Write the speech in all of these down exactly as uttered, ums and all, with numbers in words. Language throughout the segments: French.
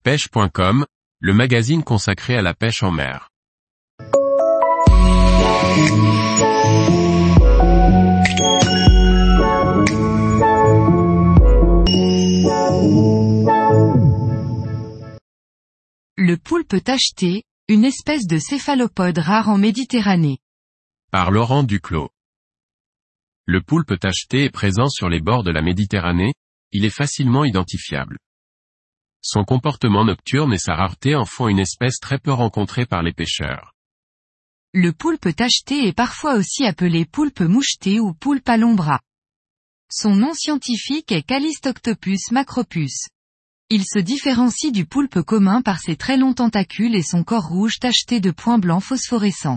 pêche point com, le magazine consacré à la pêche en mer. Le poulpe tacheté, une espèce de céphalopode rare en Méditerranée. Par Laurent Duclos. Le poulpe tacheté est présent sur les bords de la Méditerranée, il est facilement identifiable. Son comportement nocturne et sa rareté en font une espèce très peu rencontrée par les pêcheurs. Le poulpe tacheté est parfois aussi appelé poulpe moucheté ou poulpe à longs bras. Son nom scientifique est Calistoctopus macropus. Il se différencie du poulpe commun par ses très longs tentacules et son corps rouge tacheté de points blancs phosphorescents.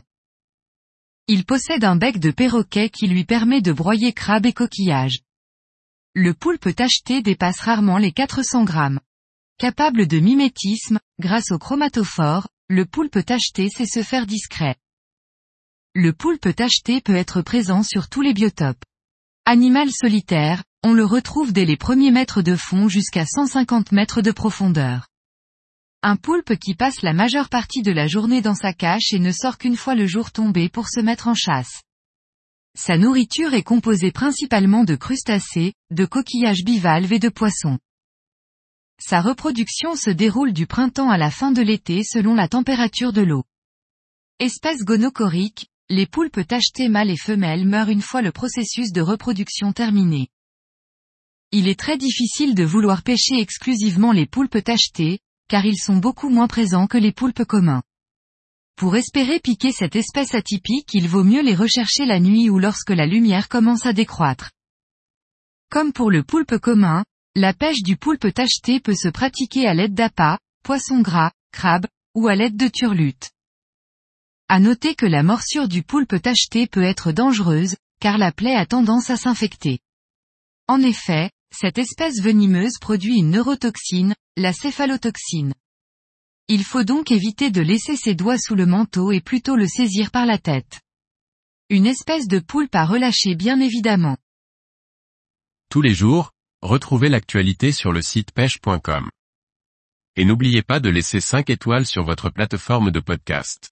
Il possède un bec de perroquet qui lui permet de broyer crabes et coquillages. Le poulpe tacheté dépasse rarement les quatre cents grammes. Capable de mimétisme, grâce au chromatophore, le poulpe tacheté sait se faire discret. Le poulpe tacheté peut être présent sur tous les biotopes. Animal solitaire, on le retrouve dès les premiers mètres de fond jusqu'à cent cinquante mètres de profondeur. Un poulpe qui passe la majeure partie de la journée dans sa cache et ne sort qu'une fois le jour tombé pour se mettre en chasse. Sa nourriture est composée principalement de crustacés, de coquillages bivalves et de poissons. Sa reproduction se déroule du printemps à la fin de l'été selon la température de l'eau. Espèce gonocorique, les poulpes tachetés mâles et femelles meurent une fois le processus de reproduction terminé. Il est très difficile de vouloir pêcher exclusivement les poulpes tachetés, car ils sont beaucoup moins présents que les poulpes communs. Pour espérer piquer cette espèce atypique, il vaut mieux les rechercher la nuit ou lorsque la lumière commence à décroître. Comme pour le poulpe commun, la pêche du poulpe tacheté peut se pratiquer à l'aide d'appâts, poissons gras, crabes, ou à l'aide de turlutes. À noter que la morsure du poulpe tacheté peut être dangereuse, car la plaie a tendance à s'infecter. En effet, cette espèce venimeuse produit une neurotoxine, la céphalotoxine. Il faut donc éviter de laisser ses doigts sous le manteau et plutôt le saisir par la tête. Une espèce de poulpe à relâcher bien évidemment. Tous les jours, retrouvez l'actualité sur le site pêche point com. Et n'oubliez pas de laisser cinq étoiles sur votre plateforme de podcast.